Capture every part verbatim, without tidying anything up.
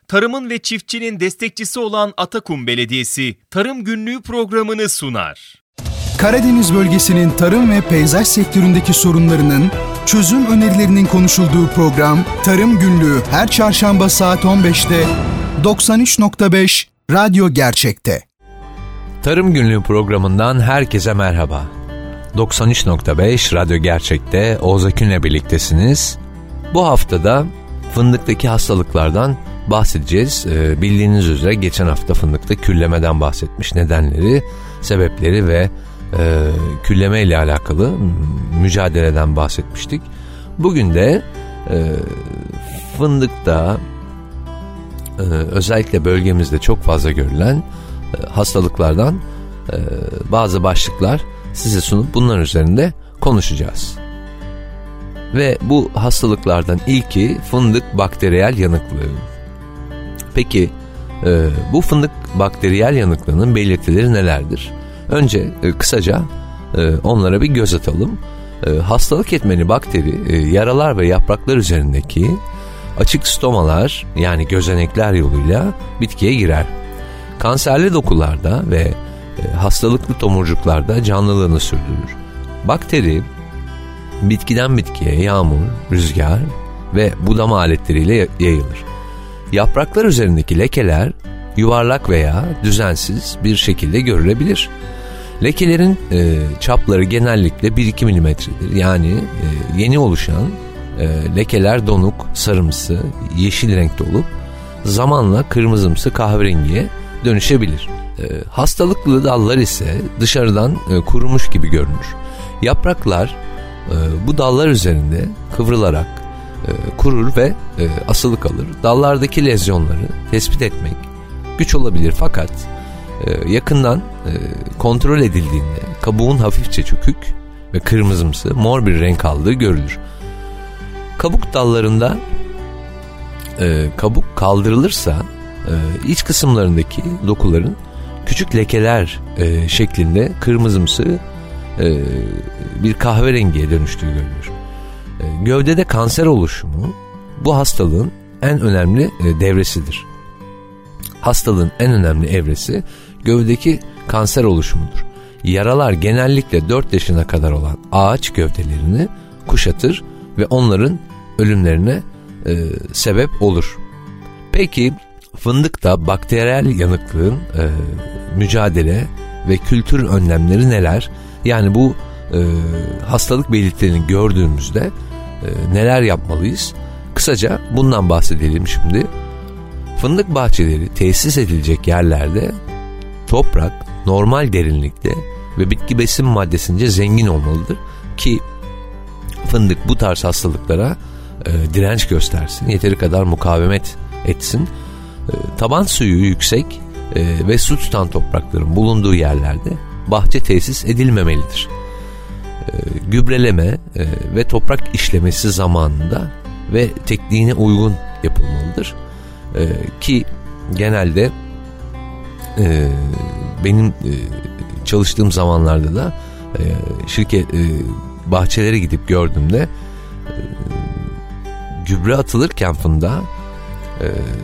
tarımın ve çiftçinin destekçisi olan Atakum Belediyesi Tarım Günlüğü programını sunar. Karadeniz bölgesinin tarım ve peyzaj sektöründeki sorunlarının, çözüm önerilerinin konuşulduğu program Tarım Günlüğü her çarşamba saat on beşte doksan üç nokta beş Radyo Gerçek'te. Tarım Günlüğü programından herkese merhaba. doksan üç nokta beş Radyo Gerçek'te Oğuz Akün'le birliktesiniz. Bu haftada fındıktaki hastalıklardan bahsedeceğiz. Ee, bildiğiniz üzere geçen hafta fındıkta küllemeden bahsetmiş, nedenleri, sebepleri ve e, külleme ile alakalı mücadeleden bahsetmiştik. Bugün de e, fındıkta e, özellikle bölgemizde çok fazla görülen e, hastalıklardan e, bazı başlıklar size sunup bunların üzerinde konuşacağız. Ve bu hastalıklardan ilki fındık bakteriyel yanıklığı. Peki e, bu fındık bakteriyel yanıklığının belirtileri nelerdir? Önce e, kısaca e, onlara bir göz atalım. E, hastalık etmeni bakteri e, yaralar ve yapraklar üzerindeki açık stomalar, yani gözenekler yoluyla bitkiye girer. Kanserli dokularda ve e, hastalıklı tomurcuklarda canlılığını sürdürür. Bakteri bitkiden bitkiye yağmur, rüzgar ve budama aletleriyle yayılır. Yapraklar üzerindeki lekeler yuvarlak veya düzensiz bir şekilde görülebilir. Lekelerin e, çapları genellikle bir iki milimetredir. Yani e, yeni oluşan e, lekeler donuk, sarımsı, yeşil renkte olup zamanla kırmızımsı kahverengiye dönüşebilir. E, hastalıklı dallar ise dışarıdan e, kurumuş gibi görünür. Yapraklar e, bu dallar üzerinde kıvrılarak e, kurur ve e, asılı kalır. Dallardaki lezyonları tespit etmek güç olabilir, fakat e, yakından e, kontrol edildiğinde kabuğun hafifçe çökük ve kırmızımsı mor bir renk aldığı görülür. Kabuk dallarında e, kabuk kaldırılırsa e, iç kısımlarındaki dokuların küçük lekeler e, şeklinde kırmızımsı e, bir kahverengiye dönüştüğü görülür. E, gövdede kanser oluşumu bu hastalığın en önemli e, devresidir. Hastalığın en önemli evresi gövdedeki kanser oluşumudur. Yaralar genellikle dört yaşına kadar olan ağaç gövdelerini kuşatır ve onların ölümlerine e, sebep olur. Peki fındıkta bakteriyel yanıklığın e, mücadele ve kültür önlemleri neler? Yani bu e, hastalık belirtilerini gördüğümüzde e, neler yapmalıyız? Kısaca bundan bahsedelim şimdi. Fındık bahçeleri tesis edilecek yerlerde toprak normal derinlikte ve bitki besin maddesince zengin olmalıdır ki fındık bu tarz hastalıklara e, direnç göstersin, yeteri kadar mukavemet etsin. E, taban suyu yüksek e, ve su tutan toprakların bulunduğu yerlerde bahçe tesis edilmemelidir. E, gübreleme e, ve toprak işlemesi zamanında ve tekniğine uygun yapılmalıdır. Ee, ki genelde e, benim e, çalıştığım zamanlarda da e, şirket e, bahçelere gidip gördüğümde e, gübre atılırken fındığa e,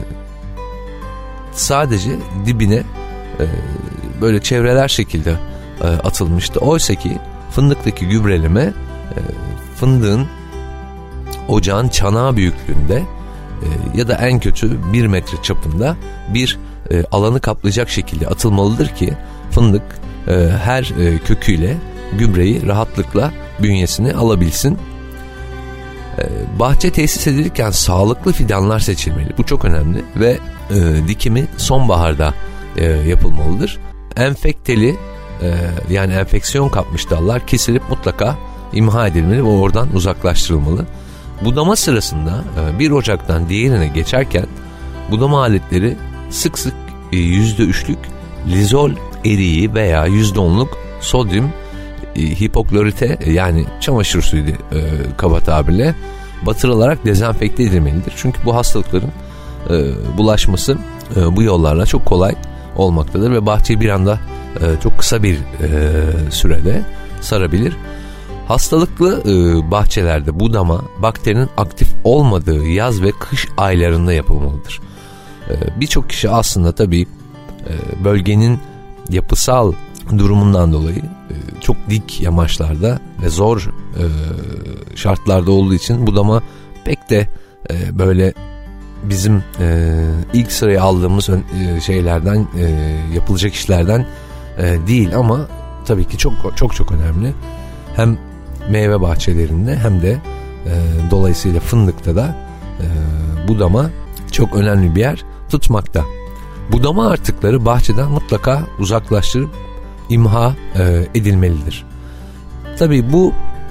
sadece dibine e, böyle çevreler şekilde e, atılmıştı. Oysa ki fındıktaki gübreleme e, fındığın ocağın çanağı büyüklüğünde ya da en kötü bir metre çapında bir e, alanı kaplayacak şekilde atılmalıdır ki fındık e, her e, köküyle gübreyi rahatlıkla bünyesine alabilsin. E, bahçe tesis edilirken sağlıklı fidanlar seçilmeli. Bu çok önemli ve e, dikimi sonbaharda e, yapılmalıdır. Enfekteli e, yani enfeksiyon kapmış dallar kesilip mutlaka imha edilmeli ve oradan uzaklaştırılmalı. Budama sırasında bir ocaktan diğerine geçerken budama aletleri sık sık yüzde üçlük lizol eriği veya yüzde onluk sodyum hipoklorite, yani çamaşır suyu kaba tabirle, batırılarak dezenfekte edilmelidir. Çünkü bu hastalıkların bulaşması bu yollarla çok kolay olmaktadır ve bahçeyi bir anda çok kısa bir sürede sarabilir. Hastalıklı e, bahçelerde budama bakterinin aktif olmadığı yaz ve kış aylarında yapılmalıdır. E, birçok kişi aslında tabii e, bölgenin yapısal durumundan dolayı e, çok dik yamaçlarda ve zor e, şartlarda olduğu için budama pek de e, böyle bizim e, ilk sıraya aldığımız e, şeylerden, e, yapılacak işlerden e, değil ama tabii ki çok çok çok önemli. Hem meyve bahçelerinde hem de e, dolayısıyla fındıkta da e, budama çok önemli bir yer tutmakta. Budama artıkları bahçeden mutlaka uzaklaştırıp imha e, edilmelidir. Tabii bu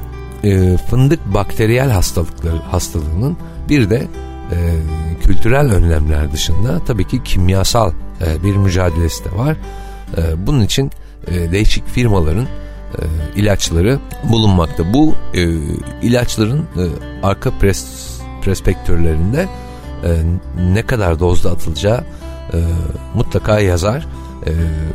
e, fındık bakteriyel hastalıkları hastalığının bir de e, kültürel önlemler dışında tabii ki kimyasal e, bir mücadelesi de var. E, bunun için e, değişik firmaların e, ilaçları bulunmakta. Bu e, ilaçların e, arka pres, prospektörlerinde e, ne kadar dozda atılacağı e, mutlaka yazar. E,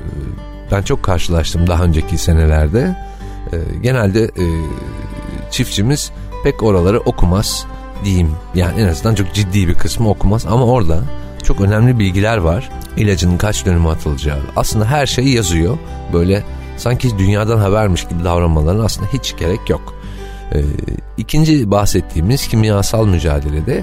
ben çok karşılaştım daha önceki senelerde. E, genelde e, çiftçimiz pek oraları okumaz diyeyim. Yani en azından çok ciddi bir kısmı okumaz ama orada çok önemli bilgiler var. İlacın kaç dönüme atılacağı. Aslında her şey yazıyor. Böyle sanki dünyadan habermiş gibi davranmalarına aslında hiç gerek yok. Ee, ikinci bahsettiğimiz kimyasal mücadelede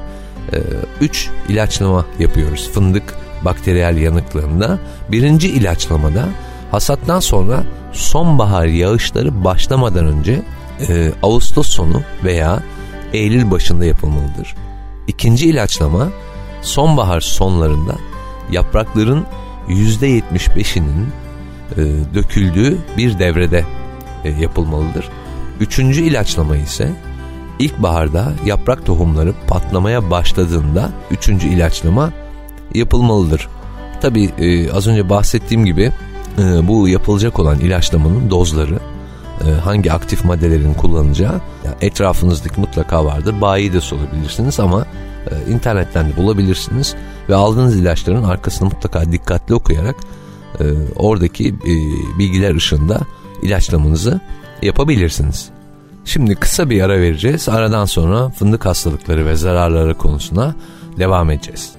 üç e, ilaçlama yapıyoruz. Fındık bakteriyel yanıklığında. Birinci ilaçlamada hasattan sonra sonbahar yağışları başlamadan önce e, Ağustos sonu veya Eylül başında yapılmalıdır. İkinci ilaçlama sonbahar sonlarında yaprakların yüzde yetmiş beşinin e, döküldüğü bir devrede e, yapılmalıdır. Üçüncü ilaçlama ise ilkbaharda yaprak tohumları patlamaya başladığında üçüncü ilaçlama yapılmalıdır. Tabii e, az önce bahsettiğim gibi e, bu yapılacak olan ilaçlamanın dozları, e, hangi aktif maddelerin kullanılacağı yani etrafınızdaki mutlaka vardır. Bayi de sorabilirsiniz ama e, internetten de bulabilirsiniz ve aldığınız ilaçların arkasını mutlaka dikkatli okuyarak e, oradaki e, bilgiler ışığında ilaçlamanızı yapabilirsiniz. Şimdi kısa bir ara vereceğiz. Aradan sonra fındık hastalıkları ve zararları konusuna devam edeceğiz.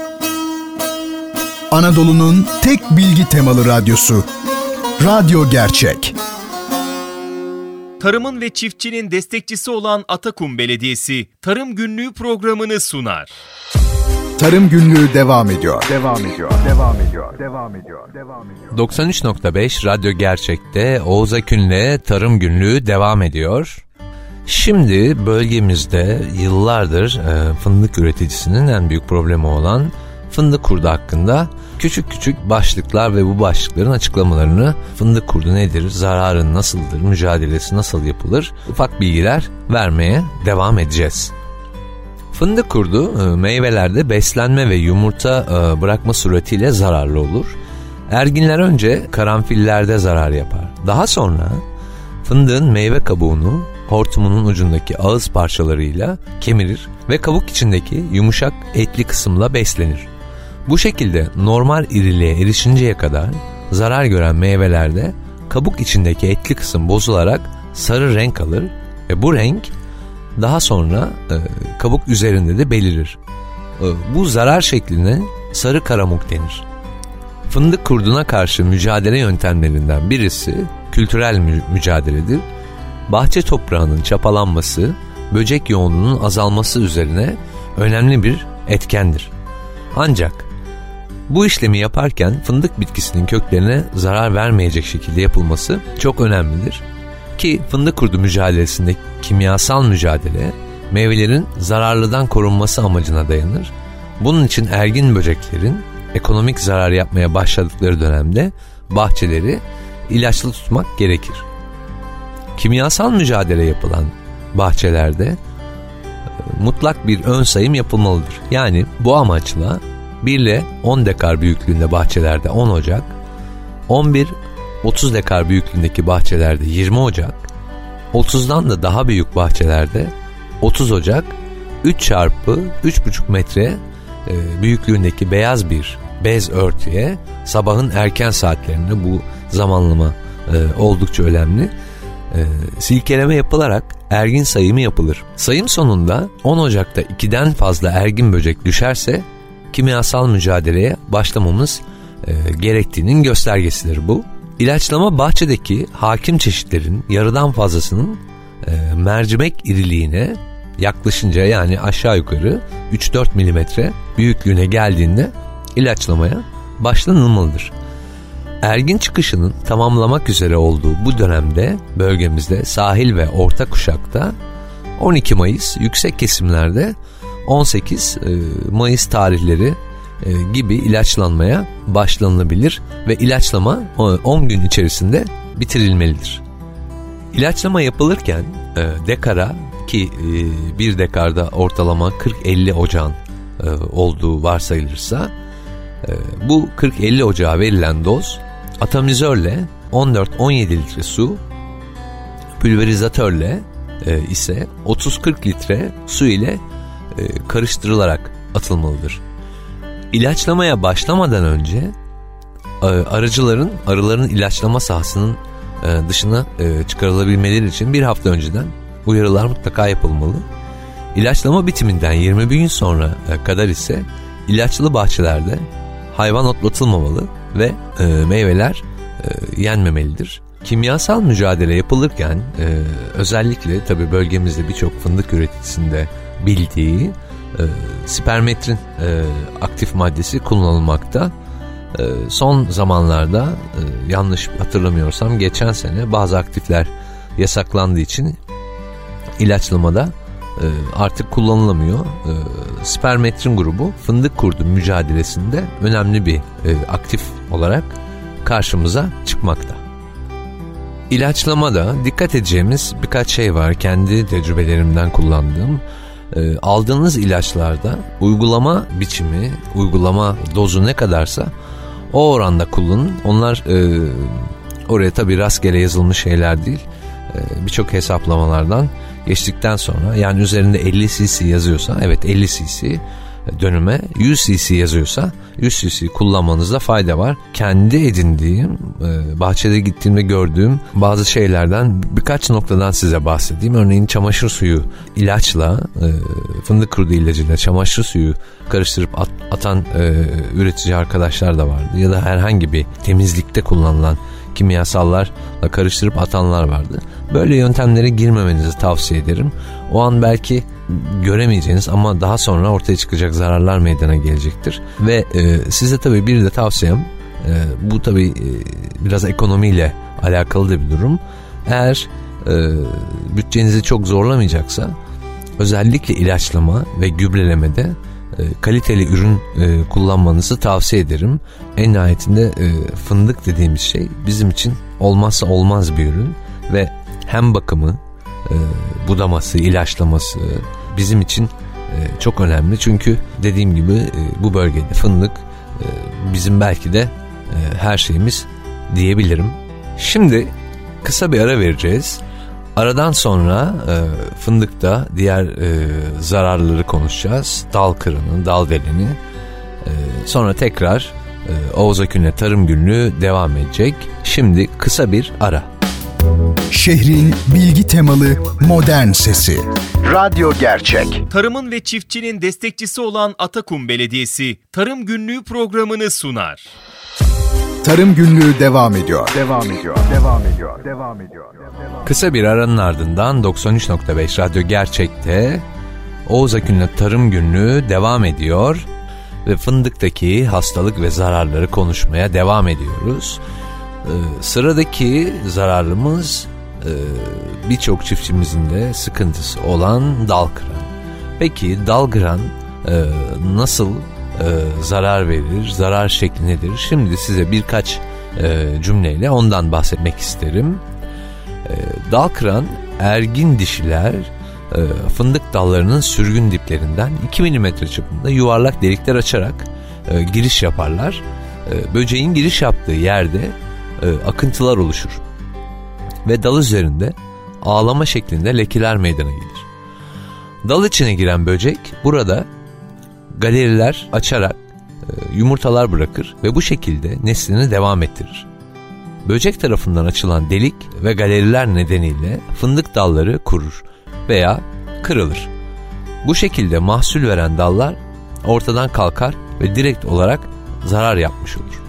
Anadolu'nun tek bilgi temalı radyosu. Radyo Gerçek. Tarımın ve çiftçinin destekçisi olan Atakum Belediyesi Tarım Günlüğü programını sunar. Tarım Günlüğü devam ediyor. Devam ediyor. Devam ediyor. Devam ediyor. Devam ediyor. doksan üç nokta beş Radyo Gerçek'te Oğuz Akün'le Tarım Günlüğü devam ediyor. Şimdi bölgemizde yıllardır e, fındık üreticisinin en büyük problemi olan fındık kurdu hakkında küçük küçük başlıklar ve bu başlıkların açıklamalarını, fındık kurdu nedir, zararı nasıldır, mücadelesi nasıl yapılır, ufak bilgiler vermeye devam edeceğiz. Fındık kurdu meyvelerde beslenme ve yumurta bırakma suretiyle zararlı olur. Erginler önce karanfillerde zarar yapar. Daha sonra fındığın meyve kabuğunu hortumunun ucundaki ağız parçalarıyla kemirir ve kabuk içindeki yumuşak etli kısımla beslenir. Bu şekilde normal iriliğe erişinceye kadar zarar gören meyvelerde kabuk içindeki etli kısım bozularak sarı renk alır ve bu renk daha sonra e, kabuk üzerinde de belirir. E, bu zarar şekline sarı karamuk denir. Fındık kurduna karşı mücadele yöntemlerinden birisi kültürel mü- mücadeledir. Bahçe toprağının çapalanması, böcek yoğunluğunun azalması üzerine önemli bir etkendir. Ancak bu işlemi yaparken fındık bitkisinin köklerine zarar vermeyecek şekilde yapılması çok önemlidir. Ki fındık kurdu mücadelesinde kimyasal mücadele meyvelerin zararlıdan korunması amacına dayanır. Bunun için ergin böceklerin ekonomik zarar yapmaya başladıkları dönemde bahçeleri ilaçlı tutmak gerekir. Kimyasal mücadele yapılan bahçelerde mutlak bir ön sayım yapılmalıdır. Yani bu amaçla bir ile on dekar büyüklüğünde bahçelerde on ocak, on bir otuz dekar büyüklüğündeki bahçelerde yirmi ocak, otuzdan da daha büyük bahçelerde otuz ocak, üç çarpı üç buçuk metre büyüklüğündeki beyaz bir bez örtüye sabahın erken saatlerinde, bu zamanlama oldukça önemli, silkeleme yapılarak ergin sayımı yapılır. Sayım sonunda on Ocak'ta ikiden fazla ergin böcek düşerse kimyasal mücadeleye başlamamız e, gerektiğinin göstergesidir bu. İlaçlama bahçedeki hakim çeşitlerin yarıdan fazlasının e, mercimek iriliğine yaklaşınca, yani aşağı yukarı üç dört milimetre büyüklüğüne geldiğinde ilaçlamaya başlanılmalıdır. Ergin çıkışının tamamlamak üzere olduğu bu dönemde bölgemizde sahil ve orta kuşakta on iki Mayıs, yüksek kesimlerde on sekiz Mayıs tarihleri gibi ilaçlanmaya başlanılabilir ve ilaçlama on gün içerisinde bitirilmelidir. İlaçlama yapılırken dekara, ki bir dekarda ortalama kırk elli ocağın olduğu varsayılırsa, bu kırk elli ocağa verilen doz atomizörle on dört on yedi litre su, pülverizatörle ise otuz kırk litre su ile karıştırılarak atılmalıdır. İlaçlamaya başlamadan önce arıcıların arıların ilaçlama sahasının dışına çıkarılabilmeleri için bir hafta önceden uyarılar mutlaka yapılmalı. İlaçlama bitiminden yirmi bir gün sonra kadar ise ilaçlı bahçelerde hayvan otlatılmamalı ve meyveler yenmemelidir. Kimyasal mücadele yapılırken özellikle tabii bölgemizde birçok fındık üreticisinde bildiği e, spermetrin e, aktif maddesi kullanılmakta. E, son zamanlarda e, yanlış hatırlamıyorsam geçen sene bazı aktifler yasaklandığı için ilaçlamada e, artık kullanılamıyor. E, spermetrin grubu fındık kurdu mücadelesinde önemli bir e, aktif olarak karşımıza çıkmakta. İlaçlamada dikkat edeceğimiz birkaç şey var. Kendi tecrübelerimden kullandığım. E, aldığınız ilaçlarda uygulama biçimi, uygulama dozu ne kadarsa o oranda kullanın. Onlar e, oraya tabii rastgele yazılmış şeyler değil. E, birçok hesaplamalardan geçtikten sonra, yani üzerinde elli cc yazıyorsa, evet elli cc dönüme, yüz cc yazıyorsa yüz cc kullanmanızda fayda var. Kendi edindiğim, bahçede gittiğimde gördüğüm bazı şeylerden birkaç noktadan size bahsedeyim. Örneğin çamaşır suyu ilaçla, fındık kurdu ilacıyla çamaşır suyu karıştırıp at, atan üretici arkadaşlar da vardı. Ya da herhangi bir temizlikte kullanılan kimyasallarla karıştırıp atanlar vardı. Böyle yöntemlere girmemenizi tavsiye ederim. O an belki göremeyeceğiniz ama daha sonra ortaya çıkacak zararlar meydana gelecektir. Ve e, size tabii bir de tavsiyem, e, bu tabii e, biraz ekonomiyle alakalı da bir durum. Eğer e, bütçenizi çok zorlamayacaksa özellikle ilaçlama ve gübrelemede e, kaliteli ürün e, kullanmanızı tavsiye ederim. En nihayetinde e, fındık dediğimiz şey bizim için olmazsa olmaz bir ürün ve hem bakımı, e, budaması, ilaçlaması bizim için e, çok önemli. Çünkü dediğim gibi e, bu bölgede fındık e, bizim belki de e, her şeyimiz diyebilirim. Şimdi kısa bir ara vereceğiz. Aradan sonra e, fındıkta diğer e, zararları konuşacağız. Dal kırını, dal deleni. E, sonra tekrar e, Oğuz Akün'le Tarım Günlüğü devam edecek. Şimdi kısa bir ara. Şehrin bilgi temalı modern sesi. Radyo Gerçek. Tarımın ve çiftçinin destekçisi olan Atakum Belediyesi Tarım Günlüğü programını sunar. Tarım Günlüğü devam ediyor. Devam ediyor. Devam ediyor. Devam ediyor. Kısa bir aranın ardından doksan üç nokta beş Radyo Gerçek'te Oğuz Akün'le Tarım Günlüğü devam ediyor ve fındıktaki hastalık ve zararları konuşmaya devam ediyoruz. Ee, sıradaki zararımız e, birçok çiftçimizin de sıkıntısı olan dal kıran. Peki dal kıran e, nasıl e, zarar verir, zarar şekli nedir? Şimdi size birkaç e, cümleyle ondan bahsetmek isterim. E, dal kıran ergin dişiler e, fındık dallarının sürgün diplerinden iki milimetre çapında yuvarlak delikler açarak e, giriş yaparlar. E, böceğin giriş yaptığı yerde e, akıntılar oluşur ve dal üzerinde ağlama şeklinde lekeler meydana gelir. Dal içine giren böcek burada galeriler açarak e, yumurtalar bırakır ve bu şekilde neslini devam ettirir. Böcek tarafından açılan delik ve galeriler nedeniyle fındık dalları kurur veya kırılır. Bu şekilde mahsul veren dallar ortadan kalkar ve direkt olarak zarar yapmış olur.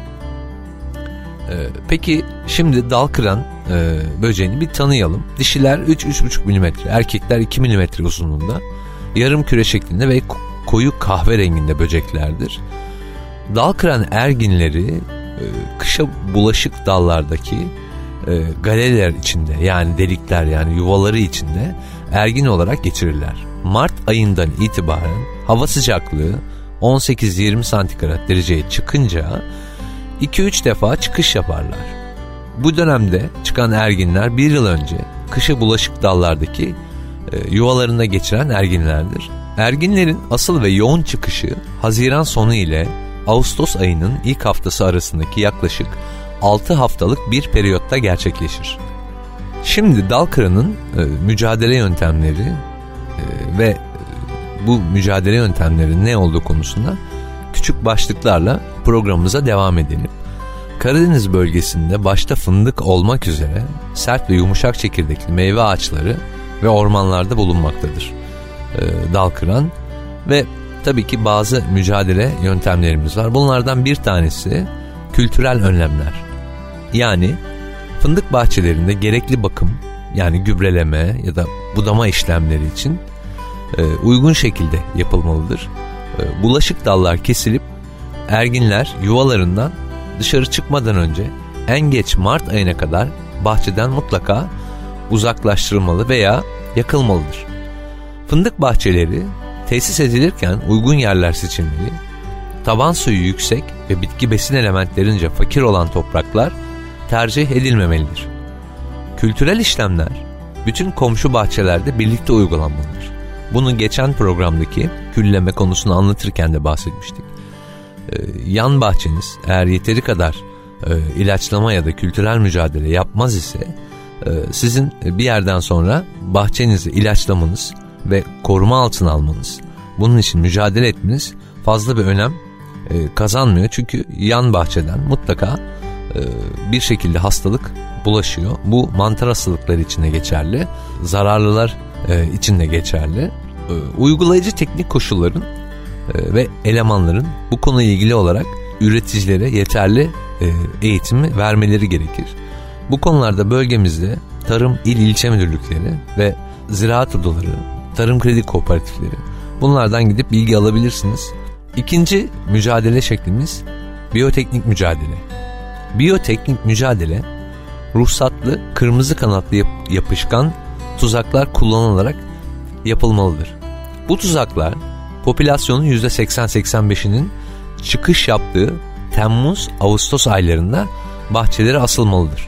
Ee, peki şimdi dalkıran e, böceğini bir tanıyalım. Dişiler üç üç buçuk milimetre, erkekler iki milimetre uzunluğunda, yarım küre şeklinde ve koyu kahverenginde böceklerdir. Dalkıran erginleri e, kışa bulaşık dallardaki e, galeler içinde, yani delikler, yani yuvaları içinde ergin olarak geçirirler. Mart ayından itibaren hava sıcaklığı on sekiz yirmi santigrat dereceye çıkınca iki üç defa çıkış yaparlar. Bu dönemde çıkan erginler bir yıl önce kışa bulaşık dallardaki e, yuvalarında geçiren erginlerdir. Erginlerin asıl ve yoğun çıkışı Haziran sonu ile Ağustos ayının ilk haftası arasındaki yaklaşık altı haftalık bir periyotta gerçekleşir. Şimdi dalkıranın e, mücadele yöntemleri e, ve e, bu mücadele yöntemleri ne olduğu konusunda küçük başlıklarla programımıza devam edelim. Karadeniz bölgesinde başta fındık olmak üzere sert ve yumuşak çekirdekli meyve ağaçları ve ormanlarda bulunmaktadır e, dalkıran ve tabii ki bazı mücadele yöntemlerimiz var. Bunlardan bir tanesi kültürel önlemler. Yani fındık bahçelerinde gerekli bakım, yani gübreleme ya da budama işlemleri için e, uygun şekilde yapılmalıdır. E, bulaşık dallar kesilip erginler yuvalarından dışarı çıkmadan önce en geç Mart ayına kadar bahçeden mutlaka uzaklaştırılmalı veya yakılmalıdır. Fındık bahçeleri tesis edilirken uygun yerler seçilmeli, taban suyu yüksek ve bitki besin elementlerince fakir olan topraklar tercih edilmemelidir. Kültürel işlemler bütün komşu bahçelerde birlikte uygulanmalıdır. Bunu geçen programdaki külleme konusunu anlatırken de bahsetmiştik. Ee, yan bahçeniz eğer yeteri kadar e, ilaçlama ya da kültürel mücadele yapmaz ise e, sizin bir yerden sonra bahçenizi ilaçlamanız ve koruma altına almanız, bunun için mücadele etmeniz fazla bir önem e, kazanmıyor. Çünkü yan bahçeden mutlaka e, bir şekilde hastalık bulaşıyor. Bu mantar hastalıkları için de geçerli, zararlılar e, için de geçerli. E, uygulayıcı teknik koşulların e, ve elemanların bu konuyla ilgili olarak üreticilere yeterli e, eğitimi vermeleri gerekir. Bu konularda bölgemizde tarım il ilçe müdürlükleri ve ziraat odaları, tarım kredi kooperatifleri, bunlardan gidip bilgi alabilirsiniz. İkinci mücadele şeklimiz biyoteknik mücadele. Biyoteknik mücadele ruhsatlı kırmızı kanatlı yap- yapışkan tuzaklar kullanılarak yapılmalıdır. Bu tuzaklar popülasyonun yüzde seksen seksen beşinin çıkış yaptığı Temmuz-Ağustos aylarında bahçelere asılmalıdır.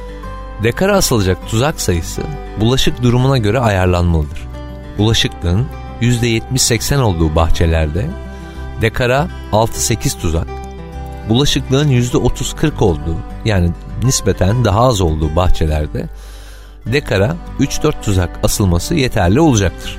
Dekara asılacak tuzak sayısı bulaşık durumuna göre ayarlanmalıdır. Bulaşıklığın yüzde yetmiş seksen olduğu bahçelerde dekara altı sekiz tuzak, bulaşıklığın yüzde otuz kırk olduğu, yani nispeten daha az olduğu bahçelerde dekara üç dört tuzak asılması yeterli olacaktır.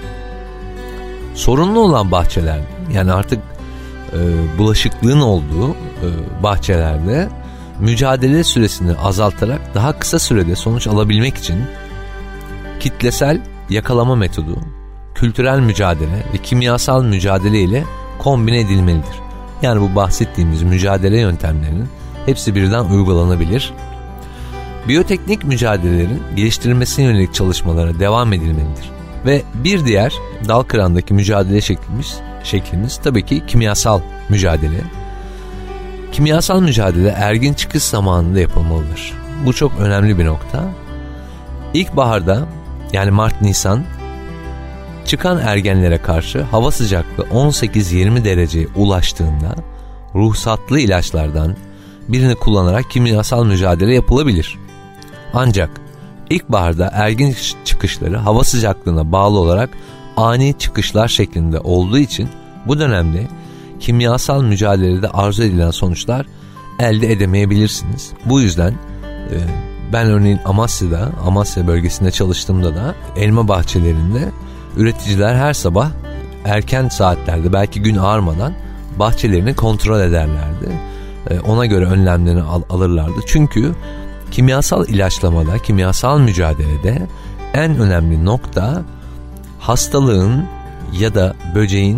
Sorunlu olan bahçelerde, yani artık e, bulaşıklığın olduğu e, bahçelerde mücadele süresini azaltarak daha kısa sürede sonuç alabilmek için kitlesel yakalama metodu, kültürel mücadele ve kimyasal mücadele ile kombine edilmelidir. Yani bu bahsettiğimiz mücadele yöntemlerinin hepsi birden uygulanabilir. Biyoteknik mücadelelerin geliştirilmesine yönelik çalışmalara devam edilmelidir. Ve bir diğer dal kırandaki mücadele şeklimiz, şeklimiz tabii ki kimyasal mücadele. Kimyasal mücadele ergin çıkış zamanında yapılmalıdır. Bu çok önemli bir nokta. İlkbaharda, yani Mart-Nisan, çıkan ergenlere karşı hava sıcaklığı on sekiz yirmi dereceye ulaştığında ruhsatlı ilaçlardan birini kullanarak kimyasal mücadele yapılabilir. Ancak ilkbaharda ergin çıkışları hava sıcaklığına bağlı olarak ani çıkışlar şeklinde olduğu için bu dönemde kimyasal mücadelede arzu edilen sonuçlar elde edemeyebilirsiniz. Bu yüzden e, ben örneğin Amasya'da, Amasya bölgesinde çalıştığımda da elma bahçelerinde üreticiler her sabah erken saatlerde, belki gün ağarmadan bahçelerini kontrol ederlerdi. E, ona göre önlemlerini al- alırlardı. Çünkü kimyasal ilaçlamada, kimyasal mücadelede en önemli nokta hastalığın ya da böceğin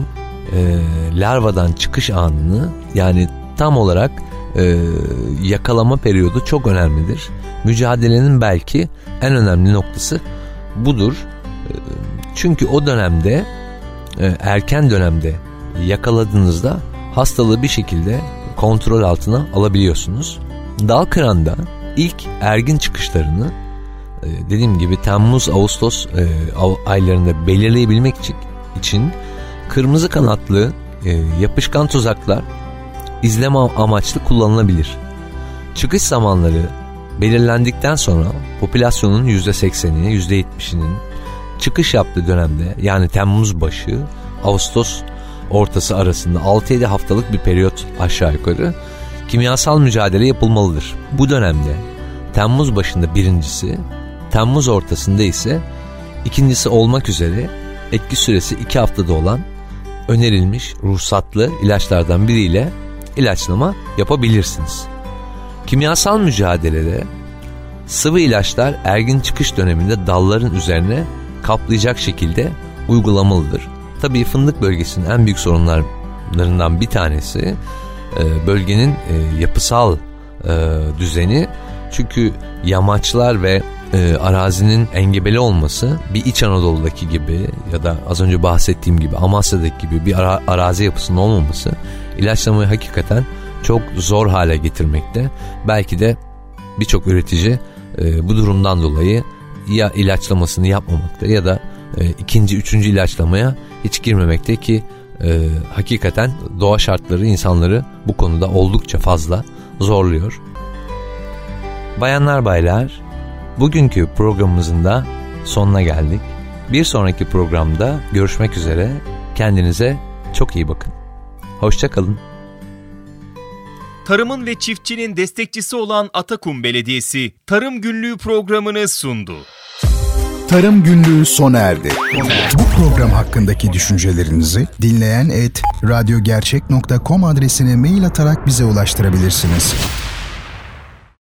e, larvadan çıkış anını, yani tam olarak e, yakalama periyodu çok önemlidir. Mücadelenin belki en önemli noktası budur. E, çünkü o dönemde, e, erken dönemde yakaladığınızda hastalığı bir şekilde kontrol altına alabiliyorsunuz. Dal kıranda ilk ergin çıkışlarını dediğim gibi Temmuz Ağustos aylarında belirleyebilmek için kırmızı kanatlı yapışkan tuzaklar izleme amaçlı kullanılabilir. Çıkış zamanları belirlendikten sonra popülasyonun yüzde sekseni, yüzde yetmişinin çıkış yaptığı dönemde, yani Temmuz başı Ağustos ortası arasında altı yedi haftalık bir periyot aşağı yukarı kimyasal mücadele yapılmalıdır. Bu dönemde Temmuz başında birincisi, Temmuz ortasında ise ikincisi olmak üzere etki süresi iki haftada olan önerilmiş ruhsatlı ilaçlardan biriyle ilaçlama yapabilirsiniz. Kimyasal mücadelede sıvı ilaçlar ergin çıkış döneminde dalların üzerine kaplayacak şekilde uygulamalıdır. Tabii fındık bölgesinin en büyük sorunlarından bir tanesi bölgenin yapısal düzeni. Çünkü yamaçlar ve e, arazinin engebeli olması bir İç Anadolu'daki gibi ya da az önce bahsettiğim gibi Amasya'daki gibi bir ara, arazi yapısının olmaması ilaçlamayı hakikaten çok zor hale getirmekte. Belki de birçok üretici e, bu durumdan dolayı ya ilaçlamasını yapmamakta ya da e, ikinci, üçüncü ilaçlamaya hiç girmemekte ki e, hakikaten doğa şartları insanları bu konuda oldukça fazla zorluyor. Bayanlar baylar, bugünkü programımızın da sonuna geldik. Bir sonraki programda görüşmek üzere. Kendinize çok iyi bakın. Hoşça kalın. Tarımın ve çiftçinin destekçisi olan Atakum Belediyesi Tarım Günlüğü programını sundu. Tarım Günlüğü sona erdi. Bu program hakkındaki düşüncelerinizi dinleyen et radyogercek nokta com adresine mail atarak bize ulaştırabilirsiniz.